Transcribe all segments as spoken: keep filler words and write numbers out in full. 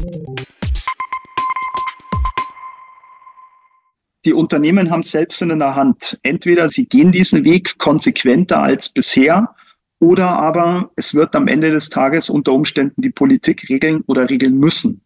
Die Unternehmen haben es selbst in der Hand. Entweder sie gehen diesen Weg konsequenter als bisher oder aber es wird am Ende des Tages unter Umständen die Politik regeln oder regeln müssen.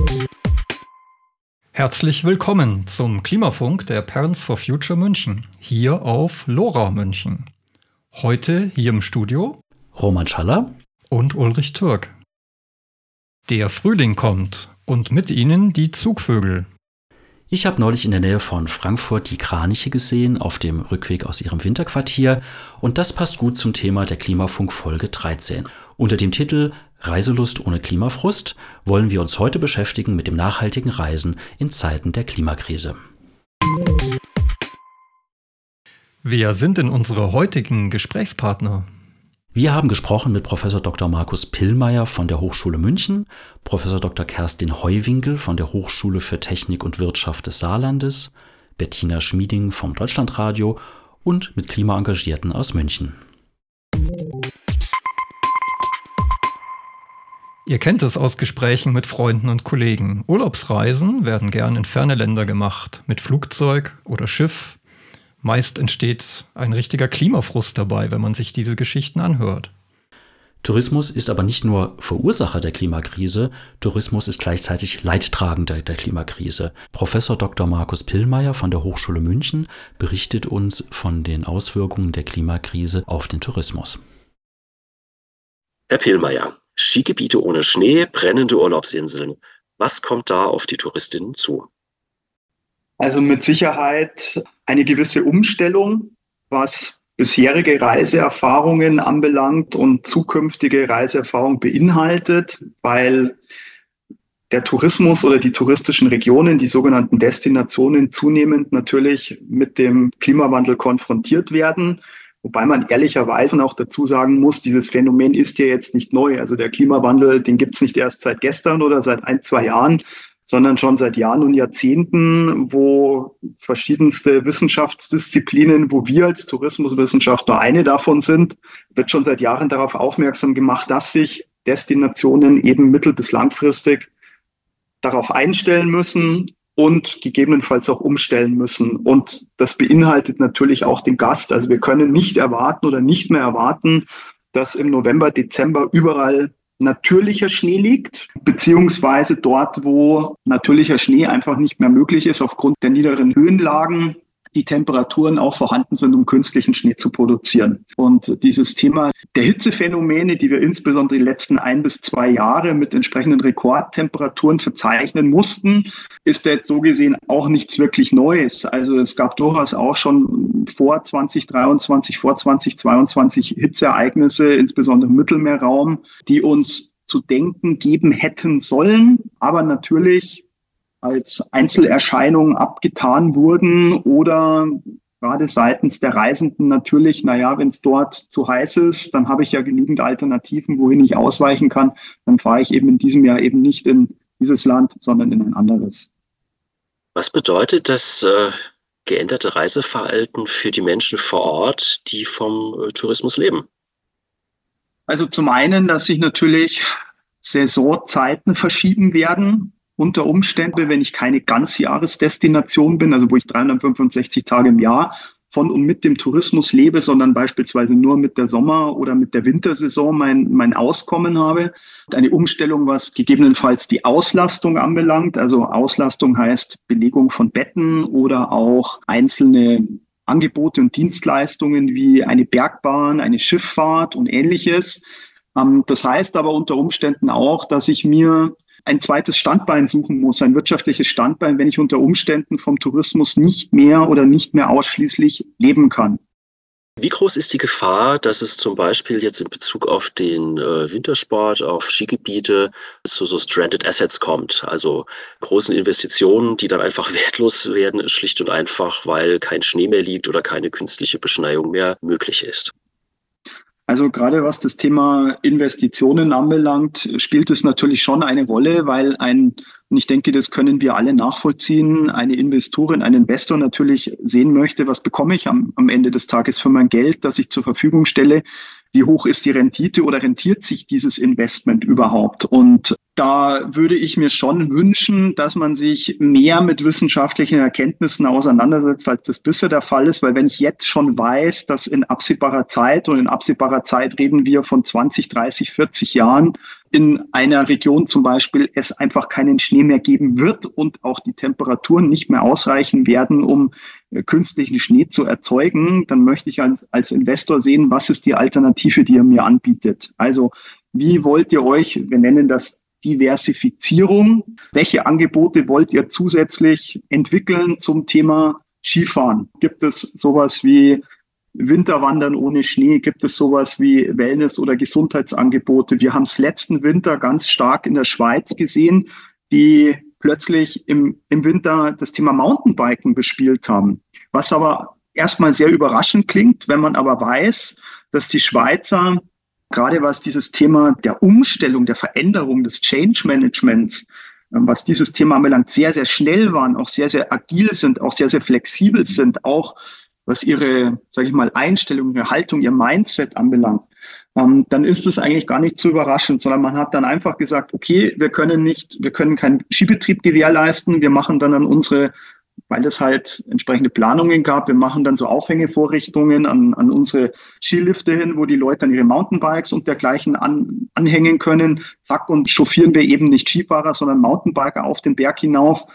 Herzlich willkommen zum Klimafunk der Parents for Future München, hier auf LoRa München. Heute hier im Studio Roman Schaller und Ulrich Türk. Der Frühling kommt und mit ihnen die Zugvögel. Ich habe neulich in der Nähe von Frankfurt die Kraniche gesehen, auf dem Rückweg aus ihrem Winterquartier. Und das passt gut zum Thema der Klimafunk Folge dreizehn. Unter dem Titel Reiselust ohne Klimafrust wollen wir uns heute beschäftigen mit dem nachhaltigen Reisen in Zeiten der Klimakrise. Wer sind denn unsere heutigen Gesprächspartner? Wir haben gesprochen mit Professor Doktor Markus Pillmayr von der Hochschule München, Professor Doktor Kerstin Heuwinkel von der Hochschule für Technik und Wirtschaft des Saarlandes, Bettina Schmieding vom Deutschlandradio und mit Klimaengagierten aus München. Ihr kennt es aus Gesprächen mit Freunden und Kollegen. Urlaubsreisen werden gern in ferne Länder gemacht, mit Flugzeug oder Schiff. Meist entsteht ein richtiger Klimafrust dabei, wenn man sich diese Geschichten anhört. Tourismus ist aber nicht nur Verursacher der Klimakrise, Tourismus ist gleichzeitig Leidtragender der Klimakrise. Professor Doktor Markus Pillmayr von der Hochschule München berichtet uns von den Auswirkungen der Klimakrise auf den Tourismus. Herr Pillmayr, Skigebiete ohne Schnee, brennende Urlaubsinseln. Was kommt da auf die Touristinnen zu? Also mit Sicherheit eine gewisse Umstellung, was bisherige Reiseerfahrungen anbelangt und zukünftige Reiseerfahrung beinhaltet, weil der Tourismus oder die touristischen Regionen, die sogenannten Destinationen, zunehmend natürlich mit dem Klimawandel konfrontiert werden. Wobei man ehrlicherweise auch dazu sagen muss, dieses Phänomen ist ja jetzt nicht neu. Also der Klimawandel, den gibt es nicht erst seit gestern oder seit ein, zwei Jahren, sondern schon seit Jahren und Jahrzehnten, wo verschiedenste Wissenschaftsdisziplinen, wo wir als Tourismuswissenschaft nur eine davon sind, wird schon seit Jahren darauf aufmerksam gemacht, dass sich Destinationen eben mittel- bis langfristig darauf einstellen müssen und gegebenenfalls auch umstellen müssen. Und das beinhaltet natürlich auch den Gast. Also wir können nicht erwarten oder nicht mehr erwarten, dass im November, Dezember überall natürlicher Schnee liegt, beziehungsweise dort, wo natürlicher Schnee einfach nicht mehr möglich ist, aufgrund der niederen Höhenlagen, die Temperaturen auch vorhanden sind, um künstlichen Schnee zu produzieren. Und dieses Thema der Hitzephänomene, die wir insbesondere die letzten ein bis zwei Jahre mit entsprechenden Rekordtemperaturen verzeichnen mussten, ist jetzt so gesehen auch nichts wirklich Neues. Also es gab durchaus auch schon vor zwanzig dreiundzwanzig, vor zwanzig zweiundzwanzig Hitzeereignisse, insbesondere im Mittelmeerraum, die uns zu denken geben hätten sollen, aber natürlich als Einzelerscheinungen abgetan wurden oder gerade seitens der Reisenden natürlich, naja, wenn es dort zu heiß ist, dann habe ich ja genügend Alternativen, wohin ich ausweichen kann. Dann fahre ich eben in diesem Jahr eben nicht in dieses Land, sondern in ein anderes. Was bedeutet das äh, geänderte Reiseverhalten für die Menschen vor Ort, die vom äh, Tourismus leben? Also zum einen, dass sich natürlich Saisonzeiten verschieben werden. Unter Umständen, wenn ich keine Ganzjahresdestination bin, also wo ich dreihundertfünfundsechzig Tage im Jahr von und mit dem Tourismus lebe, sondern beispielsweise nur mit der Sommer- oder mit der Wintersaison mein, mein Auskommen habe. Eine Umstellung, was gegebenenfalls die Auslastung anbelangt. Also Auslastung heißt Belegung von Betten oder auch einzelne Angebote und Dienstleistungen wie eine Bergbahn, eine Schifffahrt und Ähnliches. Das heißt aber unter Umständen auch, dass ich mir ein zweites Standbein suchen muss, ein wirtschaftliches Standbein, wenn ich unter Umständen vom Tourismus nicht mehr oder nicht mehr ausschließlich leben kann. Wie groß ist die Gefahr, dass es zum Beispiel jetzt in Bezug auf den äh, Wintersport, auf Skigebiete zu so Stranded Assets kommt? Also großen Investitionen, die dann einfach wertlos werden, schlicht und einfach, weil kein Schnee mehr liegt oder keine künstliche Beschneiung mehr möglich ist. Also gerade was das Thema Investitionen anbelangt, spielt es natürlich schon eine Rolle, weil ein, und ich denke, das können wir alle nachvollziehen, eine Investorin, ein Investor natürlich sehen möchte, was bekomme ich am, am Ende des Tages für mein Geld, das ich zur Verfügung stelle. wie hoch ist die Rendite oder rentiert sich dieses Investment überhaupt? Und da würde ich mir schon wünschen, dass man sich mehr mit wissenschaftlichen Erkenntnissen auseinandersetzt, als das bisher der Fall ist. Weil wenn ich jetzt schon weiß, dass in absehbarer Zeit, und in absehbarer Zeit reden wir von zwanzig, dreißig, vierzig Jahren, in einer Region zum Beispiel es einfach keinen Schnee mehr geben wird und auch die Temperaturen nicht mehr ausreichen werden, um künstlichen Schnee zu erzeugen, dann möchte ich als, als Investor sehen, was ist die Alternative, die ihr mir anbietet. Also wie wollt ihr euch, wir nennen das Diversifizierung, welche Angebote wollt ihr zusätzlich entwickeln zum Thema Skifahren? Gibt es sowas wie Winterwandern ohne Schnee? Gibt es sowas wie Wellness- oder Gesundheitsangebote? Wir haben es letzten Winter ganz stark in der Schweiz gesehen, die plötzlich im, im Winter das Thema Mountainbiken bespielt haben. Was aber erstmal sehr überraschend klingt, wenn man aber weiß, dass die Schweizer, gerade was dieses Thema der Umstellung, der Veränderung des Change Managements, was dieses Thema anbelangt, sehr, sehr schnell waren, auch sehr, sehr agil sind, auch sehr, sehr flexibel sind, auch was ihre, sage ich mal, Einstellung, ihre Haltung, ihr Mindset anbelangt, ähm, dann ist es eigentlich gar nicht so überraschend, sondern man hat dann einfach gesagt, okay, wir können nicht, wir können keinen Skibetrieb gewährleisten, wir machen dann an unsere, weil es halt entsprechende Planungen gab, wir machen dann so Aufhängevorrichtungen an, an unsere Skilifte hin, wo die Leute dann ihre Mountainbikes und dergleichen an, anhängen können. Zack, und chauffieren wir eben nicht Skifahrer, sondern Mountainbiker auf den Berg hinauf.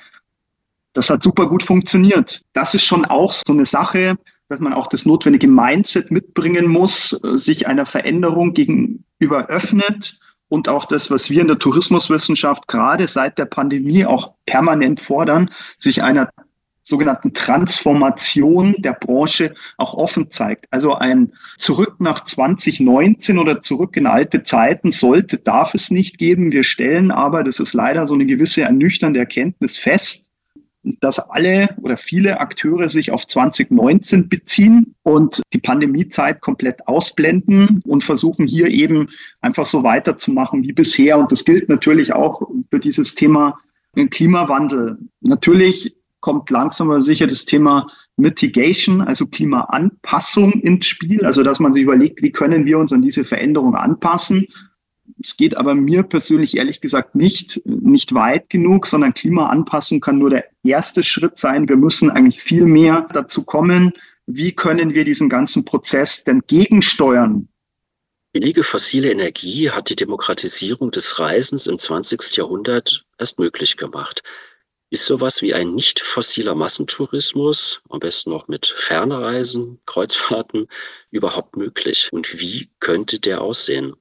Das hat super gut funktioniert. Das ist schon auch so eine Sache, dass man auch das notwendige Mindset mitbringen muss, sich einer Veränderung gegenüber öffnet und auch das, was wir in der Tourismuswissenschaft gerade seit der Pandemie auch permanent fordern, sich einer sogenannten Transformation der Branche auch offen zeigt. Also ein Zurück nach zwanzig neunzehn oder zurück in alte Zeiten sollte, darf es nicht geben. Wir stellen aber, das ist leider so eine gewisse ernüchternde Erkenntnis fest, dass alle oder viele Akteure sich auf zwanzig neunzehn beziehen und die Pandemiezeit komplett ausblenden und versuchen hier eben einfach so weiterzumachen wie bisher. Und das gilt natürlich auch für dieses Thema Klimawandel. Natürlich kommt langsam aber sicher das Thema Mitigation, also Klimaanpassung ins Spiel. Also dass man sich überlegt, wie können wir uns an diese Veränderung anpassen. Es geht aber mir persönlich ehrlich gesagt nicht, nicht weit genug, sondern Klimaanpassung kann nur der erste Schritt sein. Wir müssen eigentlich viel mehr dazu kommen, wie können wir diesen ganzen Prozess denn gegensteuern. Billige fossile Energie hat die Demokratisierung des Reisens im zwanzigsten Jahrhundert erst möglich gemacht. Ist sowas wie ein nicht fossiler Massentourismus, am besten noch mit Fernreisen, Kreuzfahrten, überhaupt möglich? Und wie könnte der aussehen?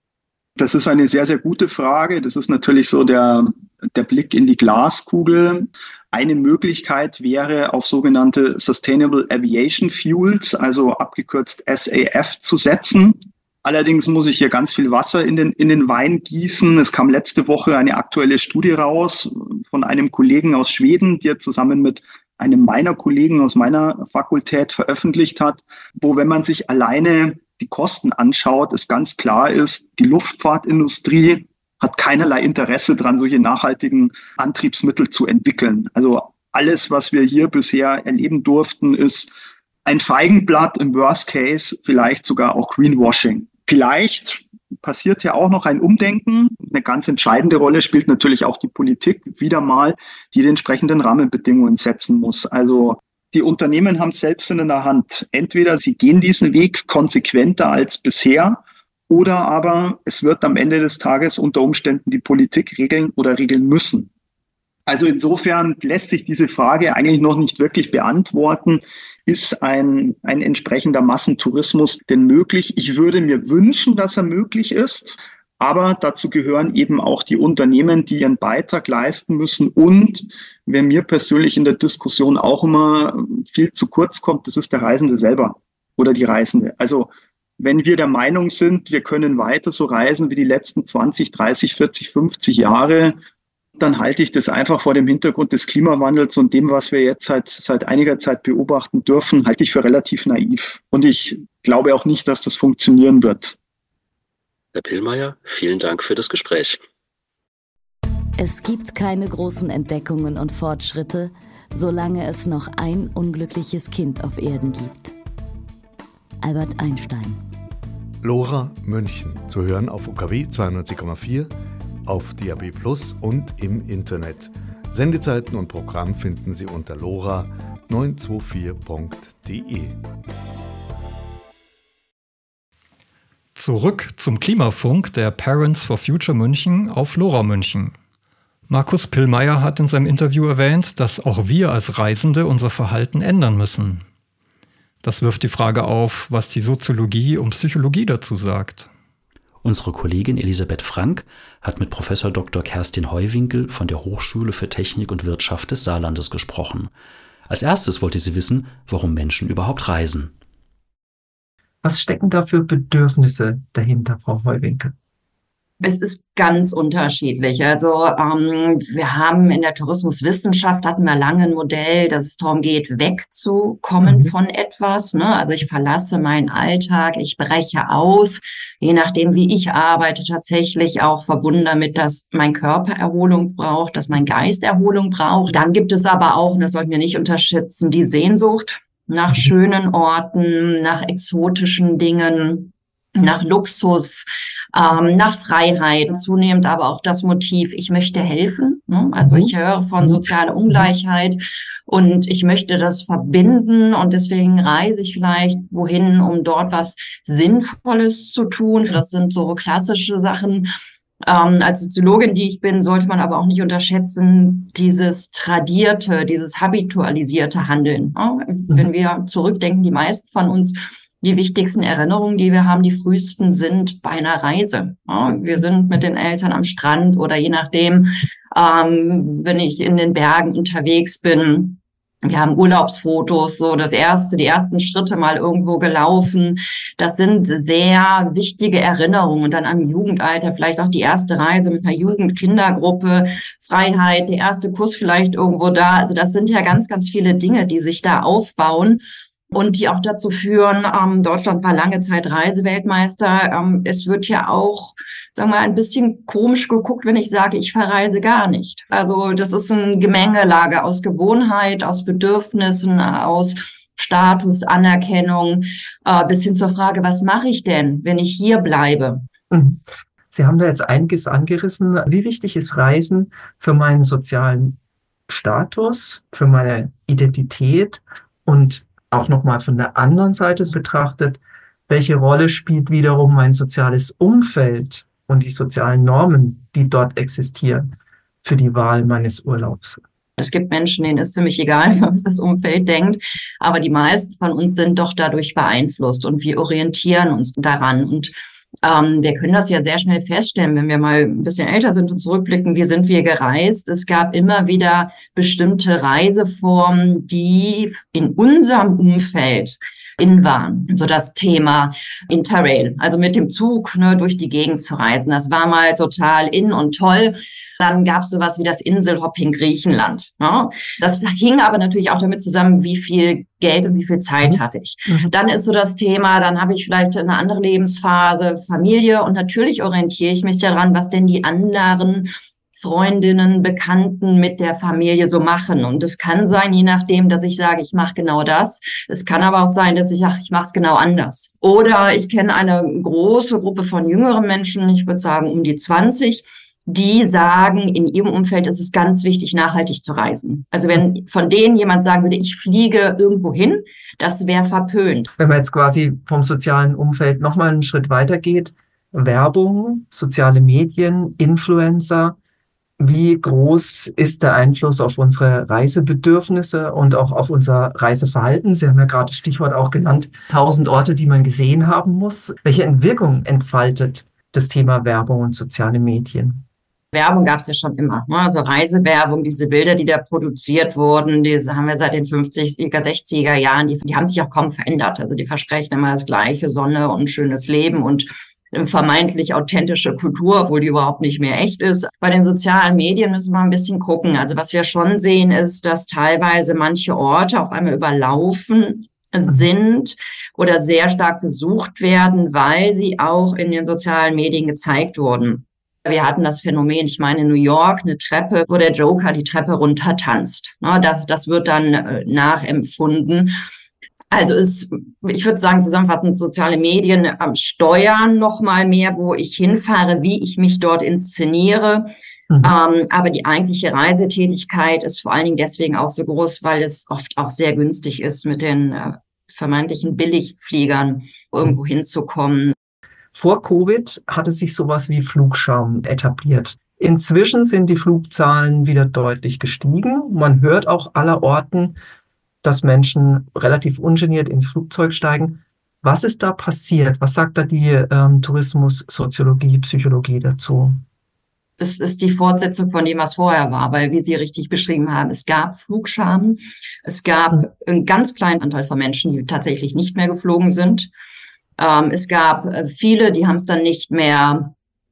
Das ist eine sehr, sehr gute Frage. Das ist natürlich so der, der Blick in die Glaskugel. Eine Möglichkeit wäre, auf sogenannte Sustainable Aviation Fuels, also abgekürzt S A F, zu setzen. Allerdings muss ich hier ganz viel Wasser in den, in den Wein gießen. Es kam letzte Woche eine aktuelle Studie raus von einem Kollegen aus Schweden, der zusammen mit einem meiner Kollegen aus meiner Fakultät veröffentlicht hat, wo, wenn man sich alleine die Kosten anschaut, es ganz klar ist, die Luftfahrtindustrie hat keinerlei Interesse daran, solche nachhaltigen Antriebsmittel zu entwickeln. Also alles, was wir hier bisher erleben durften, ist ein Feigenblatt, im Worst Case vielleicht sogar auch Greenwashing. Vielleicht passiert ja auch noch ein Umdenken. Eine ganz entscheidende Rolle spielt natürlich auch die Politik, wieder mal, die die entsprechenden Rahmenbedingungen setzen muss. Also die Unternehmen haben es selbst in der Hand. Entweder sie gehen diesen Weg konsequenter als bisher oder aber es wird am Ende des Tages unter Umständen die Politik regeln oder regeln müssen. Also insofern lässt sich diese Frage eigentlich noch nicht wirklich beantworten. Ist ein, ein entsprechender Massentourismus denn möglich? Ich würde mir wünschen, dass er möglich ist. Aber dazu gehören eben auch die Unternehmen, die ihren Beitrag leisten müssen. Und wer mir persönlich in der Diskussion auch immer viel zu kurz kommt, das ist der Reisende selber oder die Reisende. Also wenn wir der Meinung sind, wir können weiter so reisen wie die letzten zwanzig, dreißig, vierzig, fünfzig Jahre, dann halte ich das einfach vor dem Hintergrund des Klimawandels und dem, was wir jetzt seit, seit einiger Zeit beobachten dürfen, halte ich für relativ naiv. Und ich glaube auch nicht, dass das funktionieren wird. Herr Pillmeier, vielen Dank für das Gespräch. Es gibt keine großen Entdeckungen und Fortschritte, solange es noch ein unglückliches Kind auf Erden gibt. Albert Einstein. Lora München, zu hören auf U K W zweiundneunzig Komma vier, auf D A B plus und im Internet. Sendezeiten und Programm finden Sie unter lora neun zwei vier punkt de. Zurück zum Klimafunk der Parents for Future München auf Lora München. Markus Pillmeier hat in seinem Interview erwähnt, dass auch wir als Reisende unser Verhalten ändern müssen. Das wirft die Frage auf, was die Soziologie und Psychologie dazu sagt. Unsere Kollegin Elisabeth Frank hat mit Professor Doktor Kerstin Heuwinkel von der Hochschule für Technik und Wirtschaft des Saarlandes gesprochen. Als erstes wollte sie wissen, warum Menschen überhaupt reisen. Was stecken da für Bedürfnisse dahinter, Frau Heuwinkel? Es ist ganz unterschiedlich. Also ähm, wir haben in der Tourismuswissenschaft hatten wir lange ein Modell, dass es darum geht, wegzukommen mhm. von etwas. Ne? Also ich verlasse meinen Alltag, ich breche aus, je nachdem, wie ich arbeite, tatsächlich auch verbunden damit, dass mein Körper Erholung braucht, dass mein Geist Erholung braucht. Dann gibt es aber auch, und das sollten wir nicht unterschätzen, die Sehnsucht nach mhm. schönen Orten, nach exotischen Dingen, nach Luxus, ähm, nach Freiheit, zunehmend aber auch das Motiv, ich möchte helfen. Ne? Also ich höre von sozialer Ungleichheit und ich möchte das verbinden und deswegen reise ich vielleicht wohin, um dort was Sinnvolles zu tun. Das sind so klassische Sachen. Ähm, als Soziologin, die ich bin, sollte man aber auch nicht unterschätzen, dieses tradierte, dieses habitualisierte Handeln. Ne? Wenn wir zurückdenken, die meisten von uns, die wichtigsten Erinnerungen, die wir haben, die frühesten sind bei einer Reise. Ja, wir sind mit den Eltern am Strand oder je nachdem, ähm, wenn ich in den Bergen unterwegs bin. Wir haben Urlaubsfotos, so das erste, die ersten Schritte mal irgendwo gelaufen. Das sind sehr wichtige Erinnerungen. Und dann am Jugendalter vielleicht auch die erste Reise mit einer Jugendkindergruppe, Freiheit, der erste Kuss vielleicht irgendwo da. Also das sind ja ganz, ganz viele Dinge, die sich da aufbauen. Und die auch dazu führen, ähm, Deutschland war lange Zeit Reiseweltmeister. Ähm, es wird ja auch, sagen wir mal, ein bisschen komisch geguckt, wenn ich sage, ich verreise gar nicht. Also das ist eine Gemengelage aus Gewohnheit, aus Bedürfnissen, aus Status, Anerkennung, äh, bis hin zur Frage, was mache ich denn, wenn ich hier bleibe? Sie haben da jetzt einiges angerissen. Wie wichtig ist Reisen für meinen sozialen Status, für meine Identität und auch nochmal von der anderen Seite betrachtet, welche Rolle spielt wiederum mein soziales Umfeld und die sozialen Normen, die dort existieren, für die Wahl meines Urlaubs? Es gibt Menschen, denen ist ziemlich egal, was das Umfeld denkt, aber die meisten von uns sind doch dadurch beeinflusst und wir orientieren uns daran. Und ähm, wir können das ja sehr schnell feststellen, wenn wir mal ein bisschen älter sind und zurückblicken, wie sind wir gereist? Es gab immer wieder bestimmte Reiseformen, die in unserem Umfeld in waren. So das Thema Interrail, also mit dem Zug ne, durch die Gegend zu reisen. Das war mal total in und toll. Dann gab es sowas wie das Inselhopping Griechenland. Ne? Das hing aber natürlich auch damit zusammen, wie viel Geld und wie viel Zeit hatte ich. Mhm. Dann ist so das Thema, dann habe ich vielleicht eine andere Lebensphase, Familie und natürlich orientiere ich mich daran, was denn die anderen Freundinnen, Bekannten mit der Familie so machen. Und es kann sein, je nachdem, dass ich sage, ich mache genau das. Es kann aber auch sein, dass ich sage, ich mache es genau anders. Oder ich kenne eine große Gruppe von jüngeren Menschen, ich würde sagen um die zwanzig, die sagen, in ihrem Umfeld ist es ganz wichtig, nachhaltig zu reisen. Also wenn von denen jemand sagen würde, ich fliege irgendwo hin, das wäre verpönt. Wenn man jetzt quasi vom sozialen Umfeld nochmal einen Schritt weiter geht, Werbung, soziale Medien, Influencer, wie groß ist der Einfluss auf unsere Reisebedürfnisse und auch auf unser Reiseverhalten? Sie haben ja gerade das Stichwort auch genannt, tausend Orte, die man gesehen haben muss. Welche Wirkung entfaltet das Thema Werbung und soziale Medien? Werbung gab es ja schon immer, ne? Also Reisewerbung, diese Bilder, die da produziert wurden, diese haben wir seit den fünfziger, sechziger Jahren, die, die haben sich auch kaum verändert. Also die versprechen immer das gleiche, Sonne und schönes Leben und vermeintlich authentische Kultur, obwohl die überhaupt nicht mehr echt ist. Bei den sozialen Medien müssen wir ein bisschen gucken. Also was wir schon sehen, ist, dass teilweise manche Orte auf einmal überlaufen sind oder sehr stark besucht werden, weil sie auch in den sozialen Medien gezeigt wurden. Wir hatten das Phänomen, ich meine in New York, eine Treppe, wo der Joker die Treppe runter tanzt. Das, das wird dann nachempfunden. Also es, ich würde sagen, zusammenfassend, soziale Medien ähm, steuern noch mal mehr, wo ich hinfahre, wie ich mich dort inszeniere. Mhm. Ähm, aber die eigentliche Reisetätigkeit ist vor allen Dingen deswegen auch so groß, weil es oft auch sehr günstig ist, mit den äh, vermeintlichen Billigfliegern irgendwo hinzukommen. Vor Covid hatte sich sowas wie Flugscham etabliert. Inzwischen sind die Flugzahlen wieder deutlich gestiegen. Man hört auch allerorten, dass Menschen relativ ungeniert ins Flugzeug steigen. Was ist da passiert? Was sagt da die ähm, Tourismussoziologie, Psychologie dazu? Das ist die Fortsetzung von dem, was vorher war, weil, wie Sie richtig beschrieben haben, es gab Flugscham. Es gab einen ganz kleinen Anteil von Menschen, die tatsächlich nicht mehr geflogen sind. Ähm, es gab viele, die haben es dann nicht mehr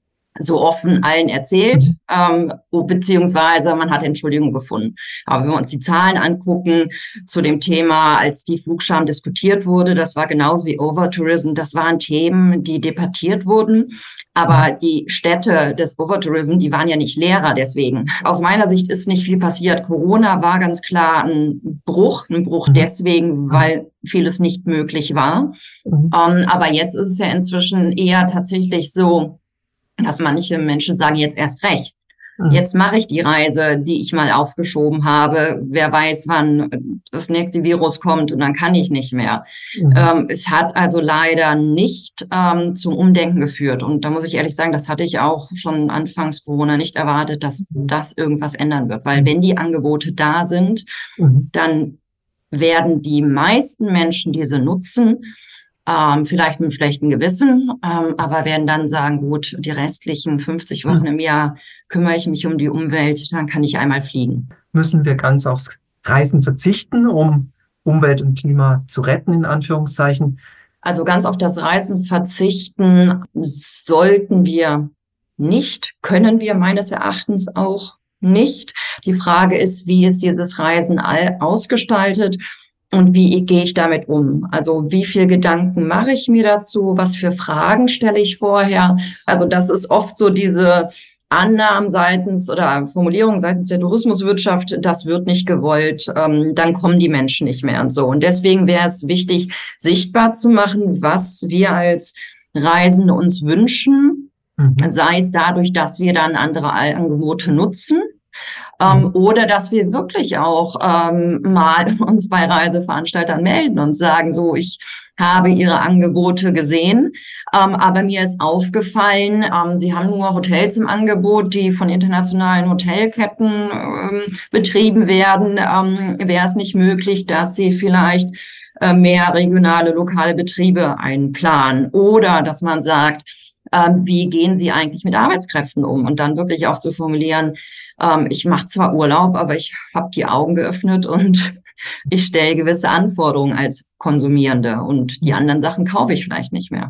so offen allen erzählt, ähm, beziehungsweise man hat Entschuldigung gefunden. Aber wenn wir uns die Zahlen angucken zu dem Thema, als die Flugscham diskutiert wurde, das war genauso wie Overtourism, das waren Themen, die debattiert wurden. Aber die Städte des Overtourism, die waren ja nicht leerer deswegen. Aus meiner Sicht ist nicht viel passiert. Corona war ganz klar ein Bruch, ein Bruch deswegen, weil vieles nicht möglich war. Ähm, aber jetzt ist es ja inzwischen eher tatsächlich so, dass manche Menschen sagen, jetzt erst recht. Jetzt mache ich die Reise, die ich mal aufgeschoben habe. Wer weiß, wann das nächste Virus kommt und dann kann ich nicht mehr. Mhm. Ähm, es hat also leider nicht ähm, zum Umdenken geführt. Und da muss ich ehrlich sagen, das hatte ich auch schon anfangs Corona nicht erwartet, dass das irgendwas ändern wird. Weil wenn die Angebote da sind, mhm. dann werden die meisten Menschen diese nutzen. Ähm, vielleicht mit einem schlechten Gewissen, ähm, aber werden dann sagen, gut, die restlichen fünfzig Wochen im Jahr kümmere ich mich um die Umwelt, dann kann ich einmal fliegen. Müssen wir ganz aufs Reisen verzichten, um Umwelt und Klima zu retten, in Anführungszeichen? Also ganz auf das Reisen verzichten sollten wir nicht, können wir meines Erachtens auch nicht. Die Frage ist, wie ist dieses Reisen ausgestaltet? Und wie gehe ich damit um? Also wie viel Gedanken mache ich mir dazu? Was für Fragen stelle ich vorher? Also das ist oft so diese Annahmen seitens oder Formulierungen seitens der Tourismuswirtschaft, das wird nicht gewollt, ähm, dann kommen die Menschen nicht mehr und so. Und deswegen wäre es wichtig, sichtbar zu machen, was wir als Reisende uns wünschen, mhm. sei es dadurch, dass wir dann andere Angebote nutzen. Ähm, oder dass wir wirklich auch ähm, mal uns bei Reiseveranstaltern melden und sagen, so, ich habe Ihre Angebote gesehen, ähm, aber mir ist aufgefallen, ähm, Sie haben nur Hotels im Angebot, die von internationalen Hotelketten ähm, betrieben werden. Ähm, wäre es nicht möglich, dass Sie vielleicht äh, mehr regionale, lokale Betriebe einplanen? Oder dass man sagt, ähm, wie gehen Sie eigentlich mit Arbeitskräften um? Und dann wirklich auch zu formulieren, ähm, ich mache zwar Urlaub, aber ich habe die Augen geöffnet und ich stelle gewisse Anforderungen als Konsumierende und die anderen Sachen kaufe ich vielleicht nicht mehr.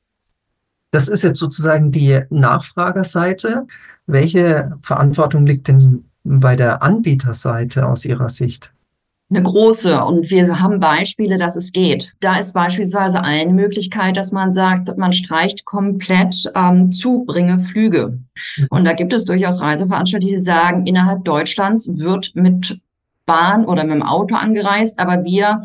Das ist jetzt sozusagen die Nachfragerseite. Welche Verantwortung liegt denn bei der Anbieterseite aus Ihrer Sicht? Eine große, und wir haben Beispiele, dass es geht. Da ist beispielsweise eine Möglichkeit, dass man sagt, man streicht komplett ähm, Zubringeflüge. Und da gibt es durchaus Reiseveranstalter, die sagen, innerhalb Deutschlands wird mit Bahn oder mit dem Auto angereist, aber wir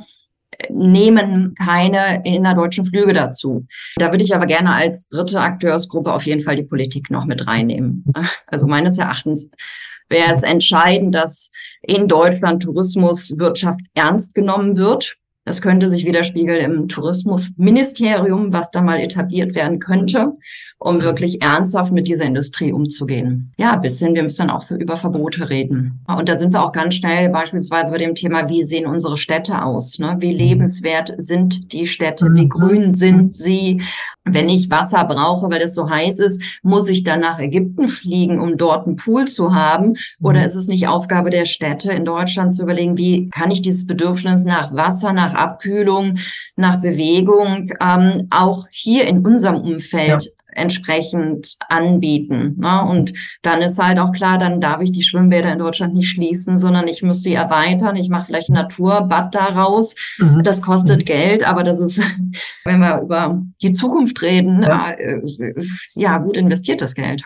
nehmen keine innerdeutschen Flüge dazu. Da würde ich aber gerne als dritte Akteursgruppe auf jeden Fall die Politik noch mit reinnehmen. Also meines Erachtens wäre es entscheidend, dass in Deutschland Tourismuswirtschaft ernst genommen wird. Das könnte sich widerspiegeln im Tourismusministerium, was da mal etabliert werden könnte, um wirklich ernsthaft mit dieser Industrie umzugehen. Ja, bis hin, wir müssen dann auch für, über Verbote reden. Und da sind wir auch ganz schnell beispielsweise bei dem Thema, wie sehen unsere Städte aus? Ne? Wie lebenswert sind die Städte? Wie grün sind sie? Wenn ich Wasser brauche, weil es so heiß ist, muss ich dann nach Ägypten fliegen, um dort einen Pool zu haben? Oder ist es nicht Aufgabe der Städte in Deutschland zu überlegen, wie kann ich dieses Bedürfnis nach Wasser, nach Abkühlung, nach Bewegung ähm, auch hier in unserem Umfeld ja. entsprechend anbieten. Ne? Und dann ist halt auch klar, dann darf ich die Schwimmbäder in Deutschland nicht schließen, sondern ich muss sie erweitern. Ich mache vielleicht ein Naturbad daraus. Mhm. Das kostet mhm. Geld, aber das ist, wenn wir über die Zukunft reden, ja, äh, ja gut investiertes Geld.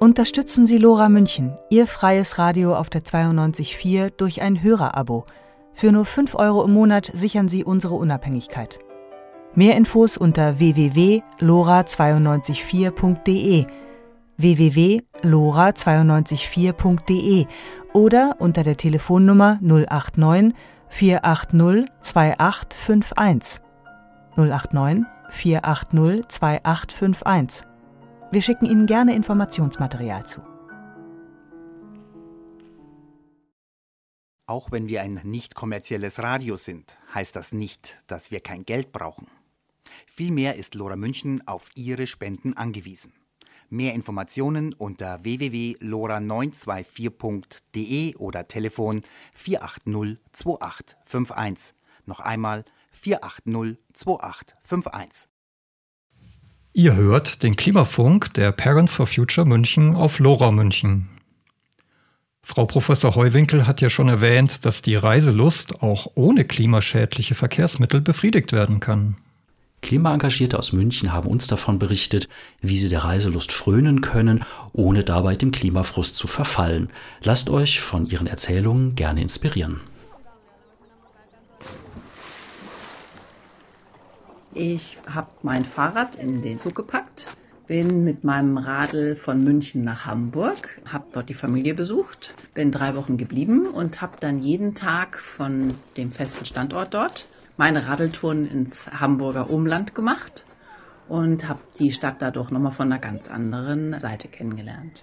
Unterstützen Sie Lora München, Ihr freies Radio auf der zweiundneunzig Komma vier durch ein Hörerabo. Für nur fünf Euro im Monat sichern Sie unsere Unabhängigkeit. Mehr Infos unter w w w punkt lora zwei neun vier punkt d e, w w w punkt lora zwei neun vier punkt d e oder unter der Telefonnummer null acht neun vier acht null zwei acht fünf eins. null acht neun vier acht null zwei acht fünf eins. Wir schicken Ihnen gerne Informationsmaterial zu. Auch wenn wir ein nicht kommerzielles Radio sind, heißt das nicht, dass wir kein Geld brauchen. Vielmehr ist Lora München auf Ihre Spenden angewiesen. Mehr Informationen unter w w w punkt lora neun zwei vier punkt d e oder Telefon vier acht null zwei acht fünf eins. Noch einmal vier acht null zwei acht fünf eins. Ihr hört den Klimafunk der Parents for Future München auf Lora München. Frau Professor Heuwinkel hat ja schon erwähnt, dass die Reiselust auch ohne klimaschädliche Verkehrsmittel befriedigt werden kann. Klimaengagierte aus München haben uns davon berichtet, wie sie der Reiselust frönen können, ohne dabei dem Klimafrust zu verfallen. Lasst euch von ihren Erzählungen gerne inspirieren. Ich habe mein Fahrrad in den Zug gepackt, bin mit meinem Radl von München nach Hamburg, habe dort die Familie besucht, bin drei Wochen geblieben und habe dann jeden Tag von dem festen Standort dort meine Radeltouren ins Hamburger Umland gemacht und habe die Stadt dadurch nochmal von einer ganz anderen Seite kennengelernt.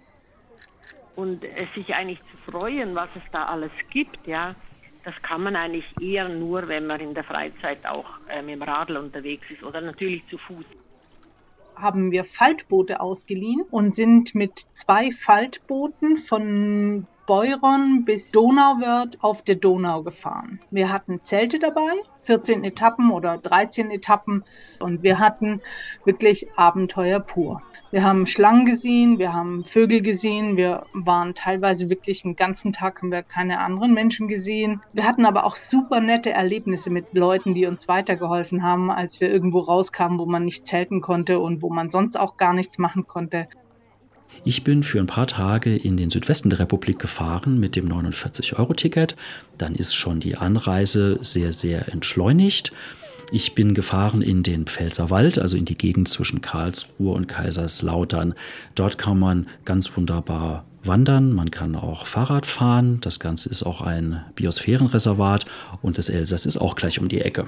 Und es sich eigentlich zu freuen, was es da alles gibt, ja, das kann man eigentlich eher nur, wenn man in der Freizeit auch äh, mit dem Radl unterwegs ist oder natürlich zu Fuß. Haben wir Faltboote ausgeliehen und sind mit zwei Faltbooten von Beuron bis Donauwörth auf der Donau gefahren. Wir hatten Zelte dabei, vierzehn Etappen oder dreizehn Etappen und wir hatten wirklich Abenteuer pur. Wir haben Schlangen gesehen, wir haben Vögel gesehen, wir waren teilweise wirklich den ganzen Tag, haben wir keine anderen Menschen gesehen. Wir hatten aber auch super nette Erlebnisse mit Leuten, die uns weitergeholfen haben, als wir irgendwo rauskamen, wo man nicht zelten konnte und wo man sonst auch gar nichts machen konnte. Ich bin für ein paar Tage in den Südwesten der Republik gefahren mit dem neunundvierzig Euro Ticket. Dann ist schon die Anreise sehr, sehr entschleunigt. Ich bin gefahren in den Pfälzerwald, also in die Gegend zwischen Karlsruhe und Kaiserslautern. Dort kann man ganz wunderbar wandern, man kann auch Fahrrad fahren. Das Ganze ist auch ein Biosphärenreservat und das Elsass ist auch gleich um die Ecke.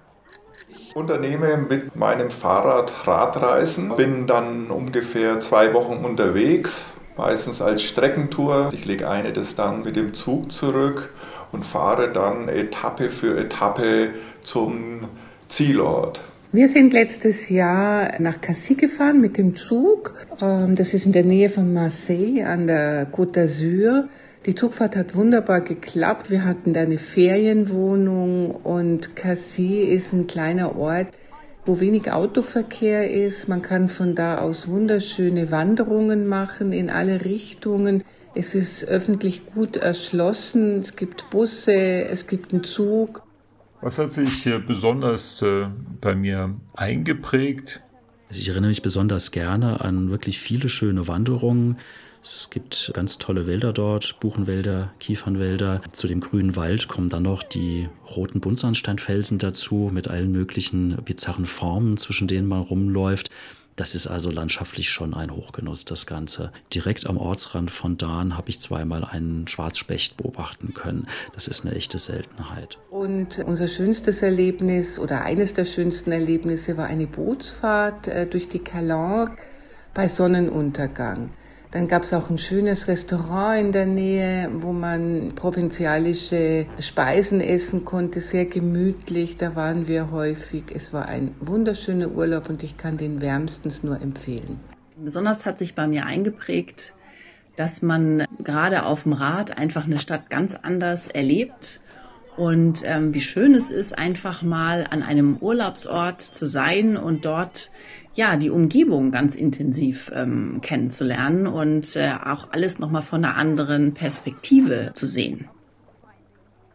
Ich unternehme mit meinem Fahrrad Radreisen, bin dann ungefähr zwei Wochen unterwegs, meistens als Streckentour. Ich lege eine Distanz mit dem Zug zurück und fahre dann Etappe für Etappe zum Zielort. Wir sind letztes Jahr nach Cassis gefahren mit dem Zug. Das ist in der Nähe von Marseille an der Côte d'Azur. Die Zugfahrt hat wunderbar geklappt. Wir hatten da eine Ferienwohnung und Cassis ist ein kleiner Ort, wo wenig Autoverkehr ist. Man kann von da aus wunderschöne Wanderungen machen in alle Richtungen. Es ist öffentlich gut erschlossen. Es gibt Busse, es gibt einen Zug. Was hat sich besonders bei mir eingeprägt? Ich erinnere mich besonders gerne an wirklich viele schöne Wanderungen. Es gibt ganz tolle Wälder dort, Buchenwälder, Kiefernwälder. Zu dem grünen Wald kommen dann noch die roten Buntsandsteinfelsen dazu mit allen möglichen bizarren Formen, zwischen denen man rumläuft. Das ist also landschaftlich schon ein Hochgenuss, das Ganze. Direkt am Ortsrand von Dahn habe ich zweimal einen Schwarzspecht beobachten können. Das ist eine echte Seltenheit. Und unser schönstes Erlebnis oder eines der schönsten Erlebnisse war eine Bootsfahrt durch die Calanque bei Sonnenuntergang. Dann gab es auch ein schönes Restaurant in der Nähe, wo man provinzialische Speisen essen konnte, sehr gemütlich. Da waren wir häufig. Es war ein wunderschöner Urlaub und ich kann den wärmstens nur empfehlen. Besonders hat sich bei mir eingeprägt, dass man gerade auf dem Rad einfach eine Stadt ganz anders erlebt. Und ähm, wie schön es ist, einfach mal an einem Urlaubsort zu sein und dort ja die Umgebung ganz intensiv ähm, kennenzulernen und äh, auch alles nochmal von einer anderen Perspektive zu sehen.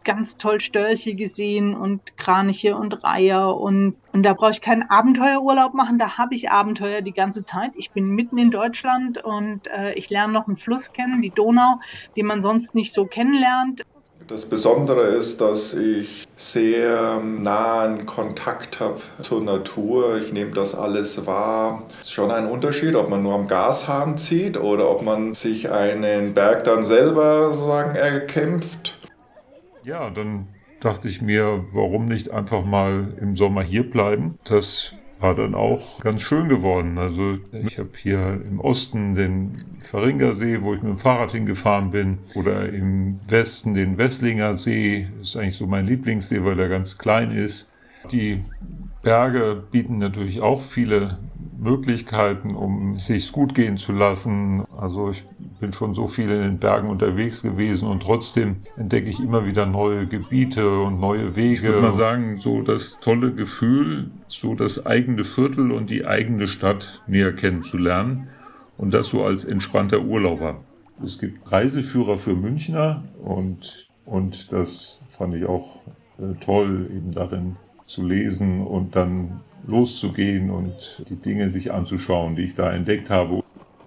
ganz toll Störche gesehen und Kraniche und Reiher und, und da brauche ich keinen Abenteuerurlaub machen, da habe ich Abenteuer die ganze Zeit. Ich bin mitten in Deutschland und äh, ich lerne noch einen Fluss kennen, die Donau, den man sonst nicht so kennenlernt. Das Besondere ist, dass ich sehr nahen Kontakt habe zur Natur. Ich nehme das alles wahr. Es ist schon ein Unterschied, ob man nur am Gashahn zieht oder ob man sich einen Berg dann selber sozusagen erkämpft. Ja, dann dachte ich mir, warum nicht einfach mal im Sommer hier bleiben? Das war dann auch ganz schön geworden. Also ich habe hier im Osten den Verringersee, wo ich mit dem Fahrrad hingefahren bin, oder im Westen den Wesslinger See. Das ist eigentlich so mein Lieblingssee, weil der ganz klein ist. Die Berge bieten natürlich auch viele Möglichkeiten, um es sich gut gehen zu lassen. Also ich bin schon so viel in den Bergen unterwegs gewesen und trotzdem entdecke ich immer wieder neue Gebiete und neue Wege. Ich würde mal sagen, so das tolle Gefühl, so das eigene Viertel und die eigene Stadt näher kennenzulernen und das so als entspannter Urlauber. Es gibt Reiseführer für Münchner und, und das fand ich auch äh, toll, eben darin zu lesen und dann loszugehen und die Dinge sich anzuschauen, die ich da entdeckt habe.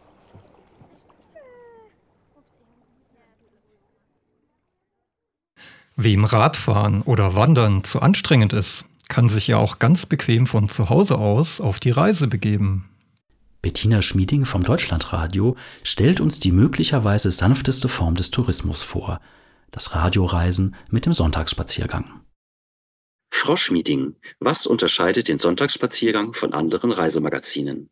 Wem Radfahren oder Wandern zu anstrengend ist, kann sich ja auch ganz bequem von zu Hause aus auf die Reise begeben. Bettina Schmieding vom Deutschlandradio stellt uns die möglicherweise sanfteste Form des Tourismus vor: das Radioreisen mit dem Sonntagsspaziergang. Frau Schmieding, was unterscheidet den Sonntagsspaziergang von anderen Reisemagazinen?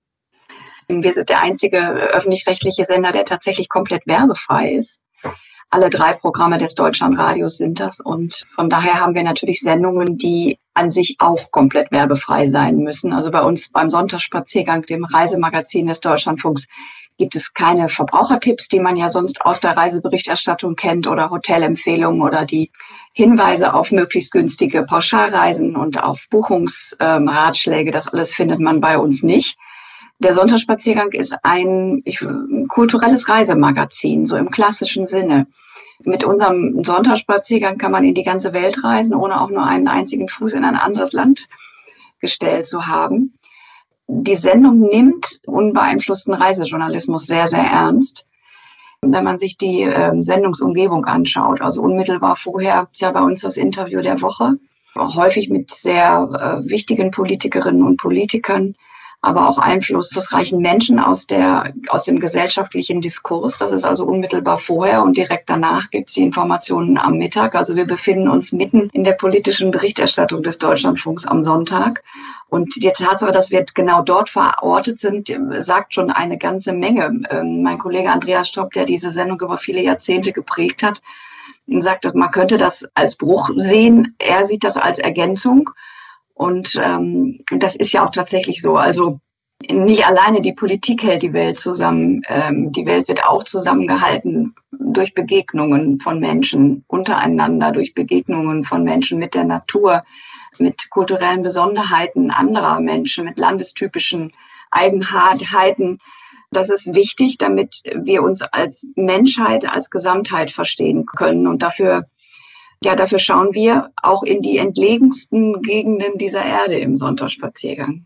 Wir sind der einzige öffentlich-rechtliche Sender, der tatsächlich komplett werbefrei ist. Alle drei Programme des Deutschlandradios sind das und von daher haben wir natürlich Sendungen, die an sich auch komplett werbefrei sein müssen. Also bei uns beim Sonntagsspaziergang, dem Reisemagazin des Deutschlandfunks, gibt es keine Verbrauchertipps, die man ja sonst aus der Reiseberichterstattung kennt, oder Hotelempfehlungen oder die Hinweise auf möglichst günstige Pauschalreisen und auf Buchungsratschläge. Das alles findet man bei uns nicht. Der Sonntagsspaziergang ist ein, ich, ein kulturelles Reisemagazin, so im klassischen Sinne. Mit unserem Sonntagsspaziergang kann man in die ganze Welt reisen, ohne auch nur einen einzigen Fuß in ein anderes Land gestellt zu haben. Die Sendung nimmt unbeeinflussten Reisejournalismus sehr, sehr ernst. Wenn man sich die äh, Sendungsumgebung anschaut, also unmittelbar vorher ist ja bei uns das Interview der Woche, häufig mit sehr äh, wichtigen Politikerinnen und Politikern, aber auch einflussreichen Menschen aus der, aus dem gesellschaftlichen Diskurs. Das ist also unmittelbar vorher, und direkt danach gibt es die Informationen am Mittag. Also wir befinden uns mitten in der politischen Berichterstattung des Deutschlandfunks am Sonntag. Und die Tatsache, dass wir genau dort verortet sind, sagt schon eine ganze Menge. Ähm, mein Kollege Andreas Stopp, der diese Sendung über viele Jahrzehnte geprägt hat, sagt, dass man könnte das als Bruch sehen. Er sieht das als Ergänzung. Und ähm, das ist ja auch tatsächlich so. Also nicht alleine die Politik hält die Welt zusammen. Ähm, die Welt wird auch zusammengehalten durch Begegnungen von Menschen untereinander, durch Begegnungen von Menschen mit der Natur, mit kulturellen Besonderheiten anderer Menschen, mit landestypischen Eigenheiten. Das ist wichtig, damit wir uns als Menschheit, als Gesamtheit verstehen können. Und dafür Ja, dafür schauen wir auch in die entlegensten Gegenden dieser Erde im Sonntagsspaziergang.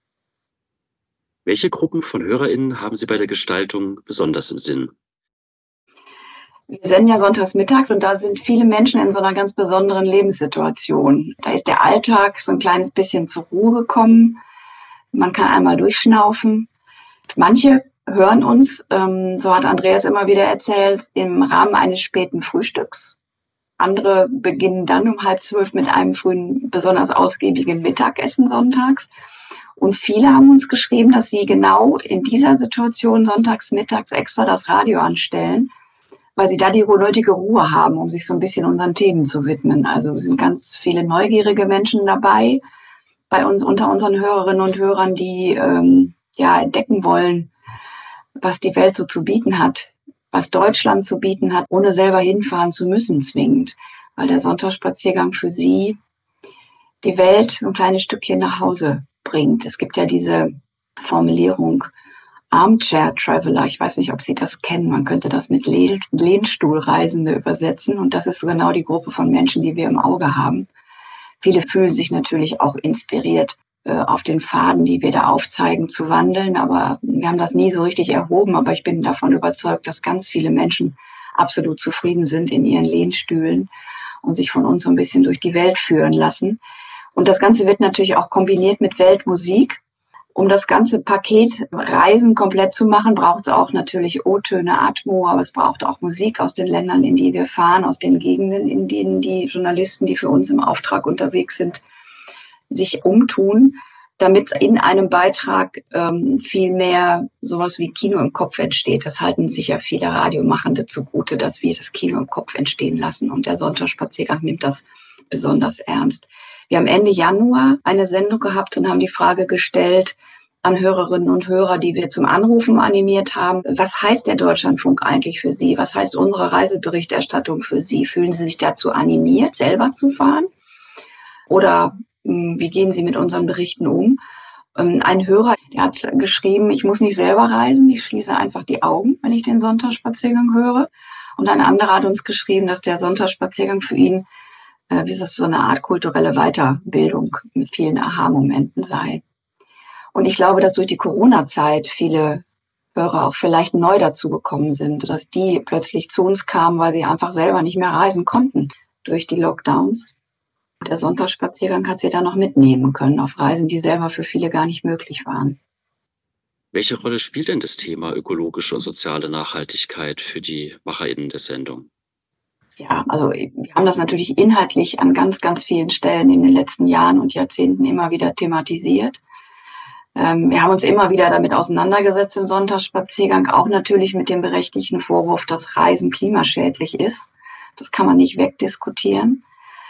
Welche Gruppen von HörerInnen haben Sie bei der Gestaltung besonders im Sinn? Wir senden ja sonntags mittags und da sind viele Menschen in so einer ganz besonderen Lebenssituation. Da ist der Alltag so ein kleines bisschen zur Ruhe gekommen. Man kann einmal durchschnaufen. Manche hören uns, ähm, so hat Andreas immer wieder erzählt, im Rahmen eines späten Frühstücks. Andere beginnen dann um halb zwölf mit einem frühen, besonders ausgiebigen Mittagessen sonntags. Und viele haben uns geschrieben, dass sie genau in dieser Situation sonntags mittags extra das Radio anstellen, weil sie da die nötige Ruhe haben, um sich so ein bisschen unseren Themen zu widmen. Also es sind ganz viele neugierige Menschen dabei, bei uns unter unseren Hörerinnen und Hörern, die ähm, ja entdecken wollen, was die Welt so zu bieten hat, was Deutschland zu bieten hat, ohne selber hinfahren zu müssen zwingend, weil der Sonntagsspaziergang für sie die Welt ein kleines Stückchen nach Hause bringt. Es gibt ja diese Formulierung, Armchair Traveler. Ich weiß nicht, ob Sie das kennen. Man könnte das mit Lehn- Lehnstuhlreisende übersetzen. Und das ist genau die Gruppe von Menschen, die wir im Auge haben. Viele fühlen sich natürlich auch inspiriert, äh, auf den Pfaden, die wir da aufzeigen, zu wandeln. Aber wir haben das nie so richtig erhoben. Aber ich bin davon überzeugt, dass ganz viele Menschen absolut zufrieden sind in ihren Lehnstühlen und sich von uns so ein bisschen durch die Welt führen lassen. Und das Ganze wird natürlich auch kombiniert mit Weltmusik. Um das ganze Paket Reisen komplett zu machen, braucht es auch natürlich O-Töne, Atmo, aber es braucht auch Musik aus den Ländern, in die wir fahren, aus den Gegenden, in denen die Journalisten, die für uns im Auftrag unterwegs sind, sich umtun, damit in einem Beitrag ähm, viel mehr sowas wie Kino im Kopf entsteht. Das halten sich ja viele Radiomachende zugute, dass wir das Kino im Kopf entstehen lassen. Und der Sonntagsspaziergang nimmt das besonders ernst. Wir haben Ende Januar eine Sendung gehabt und haben die Frage gestellt an Hörerinnen und Hörer, die wir zum Anrufen animiert haben. Was heißt der Deutschlandfunk eigentlich für Sie? Was heißt unsere Reiseberichterstattung für Sie? Fühlen Sie sich dazu animiert, selber zu fahren? Oder mh, wie gehen Sie mit unseren Berichten um? Ähm, ein Hörer, der hat geschrieben, ich muss nicht selber reisen, ich schließe einfach die Augen, wenn ich den Sonntagsspaziergang höre. Und ein anderer hat uns geschrieben, dass der Sonntagsspaziergang für ihn wie ist das, so eine Art kulturelle Weiterbildung mit vielen Aha-Momenten sei. Und ich glaube, dass durch die Corona-Zeit viele Hörer auch vielleicht neu dazu gekommen sind, dass die plötzlich zu uns kamen, weil sie einfach selber nicht mehr reisen konnten durch die Lockdowns. Der Sonntagsspaziergang hat sie dann noch mitnehmen können auf Reisen, die selber für viele gar nicht möglich waren. Welche Rolle spielt denn das Thema ökologische und soziale Nachhaltigkeit für die MacherInnen der Sendung? Ja, also wir haben das natürlich inhaltlich an ganz, ganz vielen Stellen in den letzten Jahren und Jahrzehnten immer wieder thematisiert. Ähm, wir haben uns immer wieder damit auseinandergesetzt im Sonntagsspaziergang, auch natürlich mit dem berechtigten Vorwurf, dass Reisen klimaschädlich ist. Das kann man nicht wegdiskutieren.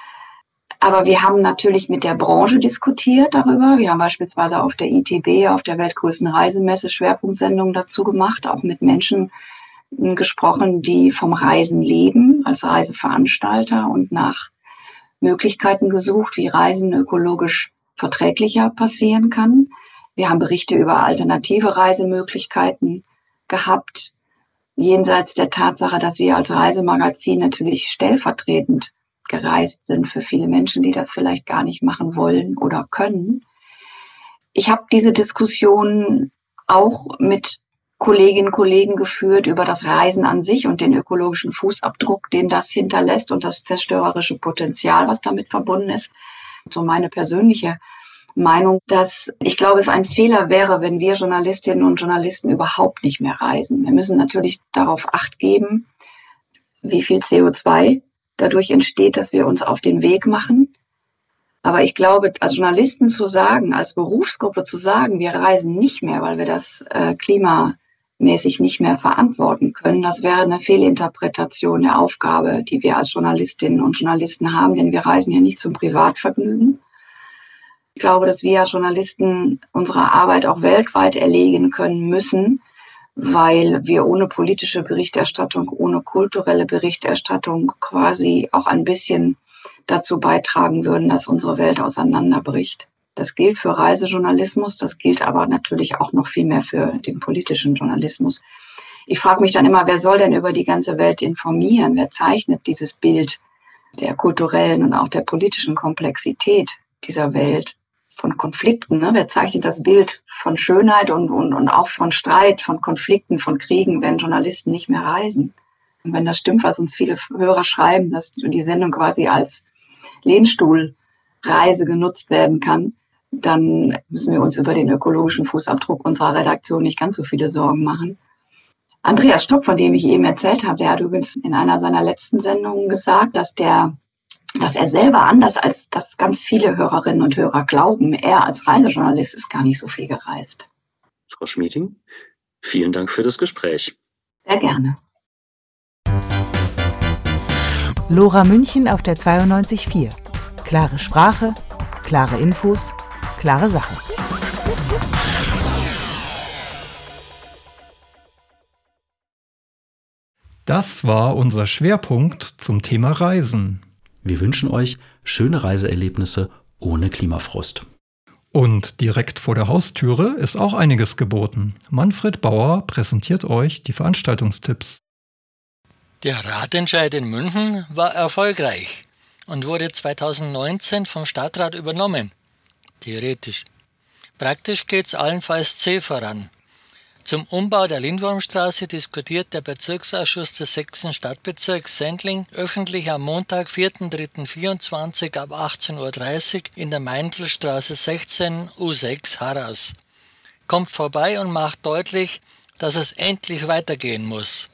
Aber wir haben natürlich mit der Branche diskutiert darüber. Wir haben beispielsweise auf der I T B, auf der weltgrößten Reisemesse, Schwerpunktsendungen dazu gemacht, auch mit Menschen gesprochen, die vom Reisen leben, als Reiseveranstalter und nach Möglichkeiten gesucht, wie Reisen ökologisch verträglicher passieren kann. Wir haben Berichte über alternative Reisemöglichkeiten gehabt, jenseits der Tatsache, dass wir als Reisemagazin natürlich stellvertretend gereist sind für viele Menschen, die das vielleicht gar nicht machen wollen oder können. Ich habe diese Diskussion auch mit Kolleginnen und Kollegen geführt über das Reisen an sich und den ökologischen Fußabdruck, den das hinterlässt und das zerstörerische Potenzial, was damit verbunden ist. So meine persönliche Meinung, dass ich glaube, es ein Fehler wäre, wenn wir Journalistinnen und Journalisten überhaupt nicht mehr reisen. Wir müssen natürlich darauf Acht geben, wie viel C O zwei dadurch entsteht, dass wir uns auf den Weg machen. Aber ich glaube, als Journalisten zu sagen, als Berufsgruppe zu sagen, wir reisen nicht mehr, weil wir das äh, Klima mäßig nicht mehr verantworten können. Das wäre eine Fehlinterpretation der Aufgabe, die wir als Journalistinnen und Journalisten haben, denn wir reisen ja nicht zum Privatvergnügen. Ich glaube, dass wir als Journalisten unsere Arbeit auch weltweit erlegen können müssen, weil wir ohne politische Berichterstattung, ohne kulturelle Berichterstattung quasi auch ein bisschen dazu beitragen würden, dass unsere Welt auseinanderbricht. Das gilt für Reisejournalismus, das gilt aber natürlich auch noch viel mehr für den politischen Journalismus. Ich frage mich dann immer, wer soll denn über die ganze Welt informieren? Wer zeichnet dieses Bild der kulturellen und auch der politischen Komplexität dieser Welt, von Konflikten? Ne? Wer zeichnet das Bild von Schönheit und, und, und auch von Streit, von Konflikten, von Kriegen, wenn Journalisten nicht mehr reisen? Und wenn das stimmt, was uns viele Hörer schreiben, dass die Sendung quasi als Lehnstuhlreise genutzt werden kann, dann müssen wir uns über den ökologischen Fußabdruck unserer Redaktion nicht ganz so viele Sorgen machen. Andreas Stock, von dem ich eben erzählt habe, der hat übrigens in einer seiner letzten Sendungen gesagt, dass, der, dass er selber, anders als das ganz viele Hörerinnen und Hörer glauben, er als Reisejournalist ist gar nicht so viel gereist. Frau Schmieding, vielen Dank für das Gespräch. Sehr gerne. Lora München auf der zweiundneunzig Komma vier. Klare Sprache, klare Infos, klare Sache. Das war unser Schwerpunkt zum Thema Reisen. Wir wünschen euch schöne Reiseerlebnisse ohne Klimafrust. Und direkt vor der Haustüre ist auch einiges geboten. Manfred Bauer präsentiert euch die Veranstaltungstipps. Der Ratentscheid in München war erfolgreich und wurde zweitausendneunzehn vom Stadtrat übernommen. Theoretisch. Praktisch geht's allenfalls zäh voran. Zum Umbau der Lindwurmstraße diskutiert der Bezirksausschuss des sechsten Stadtbezirks Sendling öffentlich am Montag, vierten dritten vierundzwanzig ab achtzehn Uhr dreißig in der Meintlstraße sechzehn U sechs Harras. Kommt vorbei und macht deutlich, dass es endlich weitergehen muss.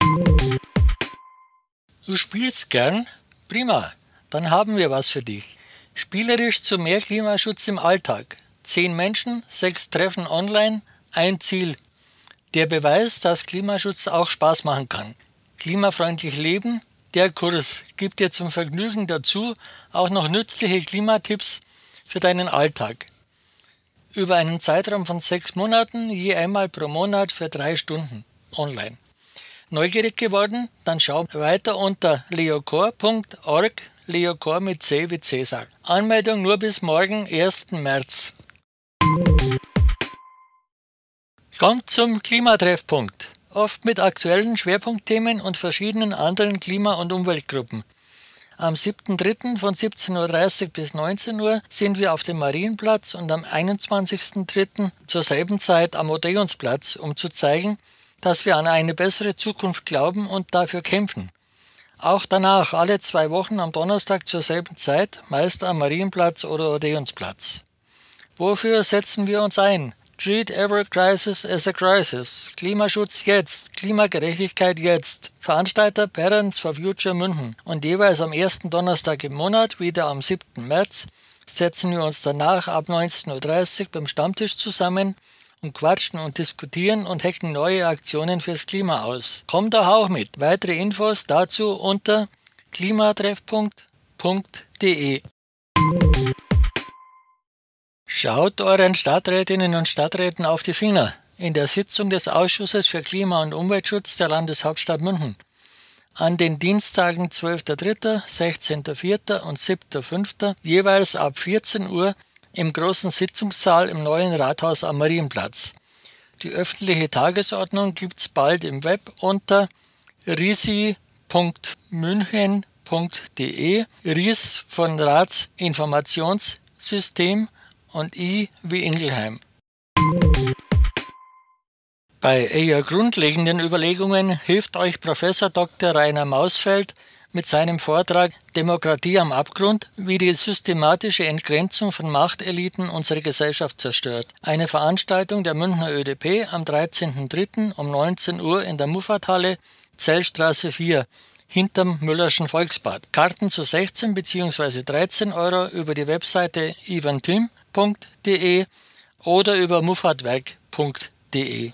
Du spielst gern? Prima, dann haben wir was für dich. Spielerisch zu mehr Klimaschutz im Alltag. Zehn Menschen, sechs Treffen online, ein Ziel. Der Beweis, dass Klimaschutz auch Spaß machen kann. Klimafreundlich leben, der Kurs gibt dir zum Vergnügen dazu auch noch nützliche Klimatipps für deinen Alltag. Über einen Zeitraum von sechs Monaten, je einmal pro Monat für drei Stunden online. Neugierig geworden? Dann schau weiter unter leocor punkt org, Leocor mit C wie Cäsar. Anmeldung nur bis morgen, ersten März. Kommt zum Klimatreffpunkt, oft mit aktuellen Schwerpunktthemen und verschiedenen anderen Klima- und Umweltgruppen. Am siebten dritten von siebzehn Uhr dreißig bis neunzehn Uhr sind wir auf dem Marienplatz und am einundzwanzigsten dritten zur selben Zeit am Odeonsplatz, um zu zeigen, dass wir an eine bessere Zukunft glauben und dafür kämpfen. Auch danach, alle zwei Wochen am Donnerstag zur selben Zeit, meist am Marienplatz oder Odeonsplatz. Wofür setzen wir uns ein? Treat every crisis as a crisis. Klimaschutz jetzt. Klimagerechtigkeit jetzt. Veranstalter Parents for Future München. Und jeweils am ersten Donnerstag im Monat, wieder am siebten März, setzen wir uns danach ab neunzehn Uhr dreißig beim Stammtisch zusammen und quatschen und diskutieren und hacken neue Aktionen fürs Klima aus. Kommt doch auch mit. Weitere Infos dazu unter klimatreffpunkt punkt de. Schaut euren Stadträtinnen und Stadträten auf die Finger in der Sitzung des Ausschusses für Klima- und Umweltschutz der Landeshauptstadt München. An den Dienstagen zwölfter dritter, sechzehnter vierter und siebter fünfter jeweils ab vierzehn Uhr im großen Sitzungssaal im neuen Rathaus am Marienplatz. Die öffentliche Tagesordnung gibt's bald im Web unter risi punkt münchen punkt de, Ries von Ratsinformationssystem und I wie Ingelheim. Bei eher grundlegenden Überlegungen hilft euch Professor Doktor Rainer Mausfeld mit seinem Vortrag Demokratie am Abgrund, wie die systematische Entgrenzung von Machteliten unsere Gesellschaft zerstört. Eine Veranstaltung der Münchner Ö D P am dreizehnten dritten um neunzehn Uhr in der Muffathalle, Zellstraße vier, hinterm Müllerschen Volksbad. Karten zu sechzehn bzw. dreizehn Euro über die Webseite eventim punkt de oder über muffatwerk punkt de.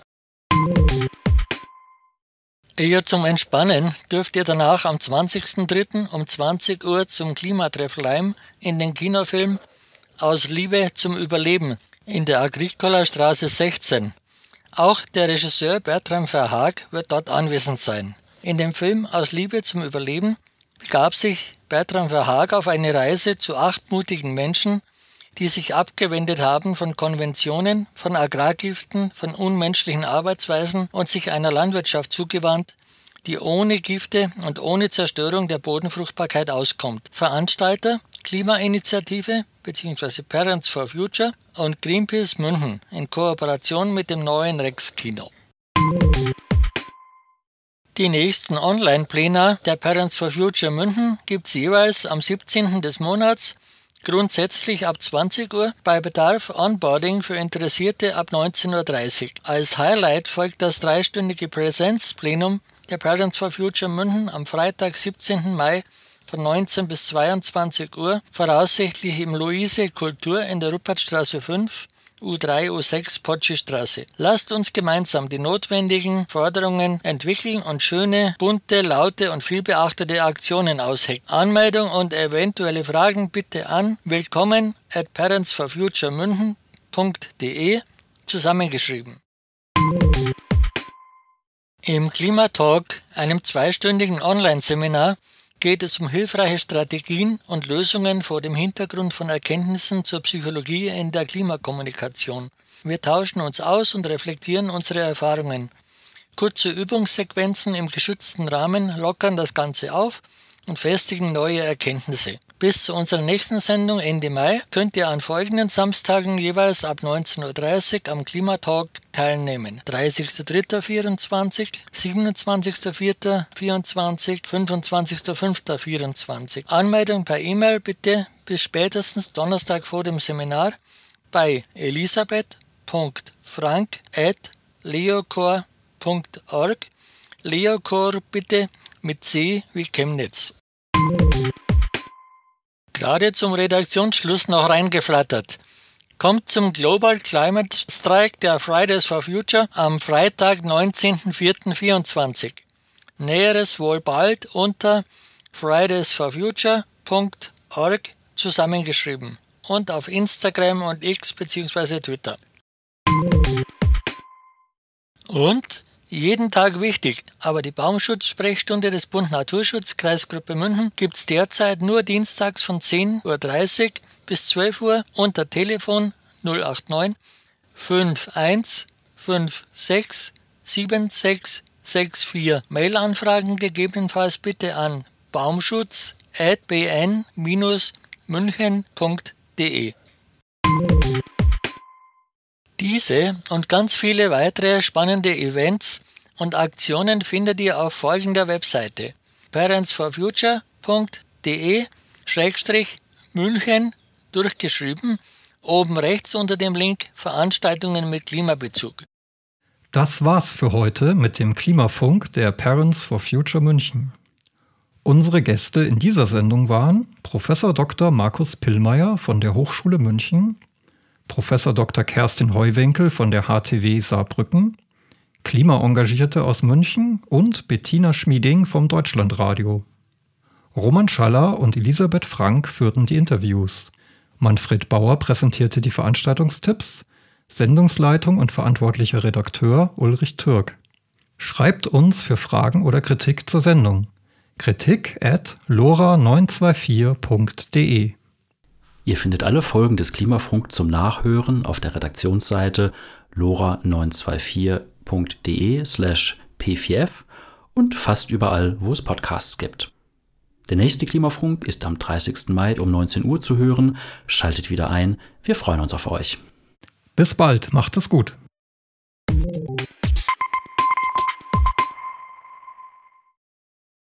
Eher zum Entspannen dürft ihr danach am zwanzigsten dritten um zwanzig Uhr zum Klimatreff Leim in den Kinofilm Aus Liebe zum Überleben in der Agricola-Straße sechzehn. Auch der Regisseur Bertram Verhaag wird dort anwesend sein. In dem Film Aus Liebe zum Überleben begab sich Bertram Verhaag auf eine Reise zu acht mutigen Menschen, die sich abgewendet haben von Konventionen, von Agrargiften, von unmenschlichen Arbeitsweisen und sich einer Landwirtschaft zugewandt, die ohne Gifte und ohne Zerstörung der Bodenfruchtbarkeit auskommt. Veranstalter Klimainitiative bzw. Parents for Future und Greenpeace München in Kooperation mit dem neuen Rex-Kino. Die nächsten Online-Plena der Parents for Future München gibt es jeweils am siebzehnten des Monats, grundsätzlich ab zwanzig Uhr, bei Bedarf Onboarding für Interessierte ab neunzehn Uhr dreißig. Als Highlight folgt das dreistündige Präsenzplenum der Parents for Future München am Freitag, siebzehnten Mai von neunzehn bis zweiundzwanzig Uhr, voraussichtlich im Luise Kultur in der Ruppertstraße fünf, U drei U sechs Potschi-Straße. Lasst uns gemeinsam die notwendigen Forderungen entwickeln und schöne, bunte, laute und vielbeachtete Aktionen aushecken. Anmeldung und eventuelle Fragen bitte an willkommen at parents for future münchen punkt de zusammengeschrieben. Im Klimatalk, einem zweistündigen Online-Seminar, geht es um hilfreiche Strategien und Lösungen vor dem Hintergrund von Erkenntnissen zur Psychologie in der Klimakommunikation. Wir tauschen uns aus und reflektieren unsere Erfahrungen. Kurze Übungssequenzen im geschützten Rahmen lockern das Ganze auf und festigen neue Erkenntnisse. Bis zu unserer nächsten Sendung Ende Mai könnt ihr an folgenden Samstagen jeweils ab neunzehn Uhr dreißig am Klimatalk teilnehmen. dreißigster dritter vierundzwanzig, siebenundzwanzigster vierter vierundzwanzig, fünfundzwanzigster fünfter vierundzwanzig. Anmeldung per E-Mail bitte bis spätestens Donnerstag vor dem Seminar bei elisabeth punkt frank at leocor punkt org. Leocor bitte mit C wie Chemnitz. Gerade zum Redaktionsschluss noch reingeflattert. Kommt zum Global Climate Strike der Fridays for Future am Freitag, neunzehnten vierten vierundzwanzig. Näheres wohl bald unter fridays for future punkt org zusammengeschrieben und auf Instagram und X bzw. Twitter. Und jeden Tag wichtig, aber die Baumschutz-Sprechstunde des Bund Naturschutz Kreisgruppe München gibt's derzeit nur dienstags von zehn Uhr dreißig bis zwölf Uhr unter Telefon null acht neun fünf eins fünf sechs sieben sechs sechs vier. Mailanfragen gegebenenfalls bitte an baumschutz at b n dash münchen punkt d e. Diese und ganz viele weitere spannende Events und Aktionen findet ihr auf folgender Webseite: parents for future punkt d e schrägstrich München durchgeschrieben, oben rechts unter dem Link Veranstaltungen mit Klimabezug. Das war's für heute mit dem Klimafunk der Parents for Future München. Unsere Gäste in dieser Sendung waren Professor Doktor Markus Pillmeier von der Hochschule München, Professor Doktor Kerstin Heuwenkel von der H T W Saarbrücken, Klimaengagierte aus München und Bettina Schmieding vom Deutschlandradio. Roman Schaller und Elisabeth Frank führten die Interviews. Manfred Bauer präsentierte die Veranstaltungstipps, Sendungsleitung und verantwortlicher Redakteur Ulrich Türk. Schreibt uns für Fragen oder Kritik zur Sendung. Kritik at lora neun zwei vier punkt d e. Ihr findet alle Folgen des Klimafunk zum Nachhören auf der Redaktionsseite lora neun zwei vier punkt d e slash p vier f und fast überall, wo es Podcasts gibt. Der nächste Klimafunk ist am dreißigsten Mai um neunzehn Uhr zu hören. Schaltet wieder ein. Wir freuen uns auf euch. Bis bald. Macht es gut.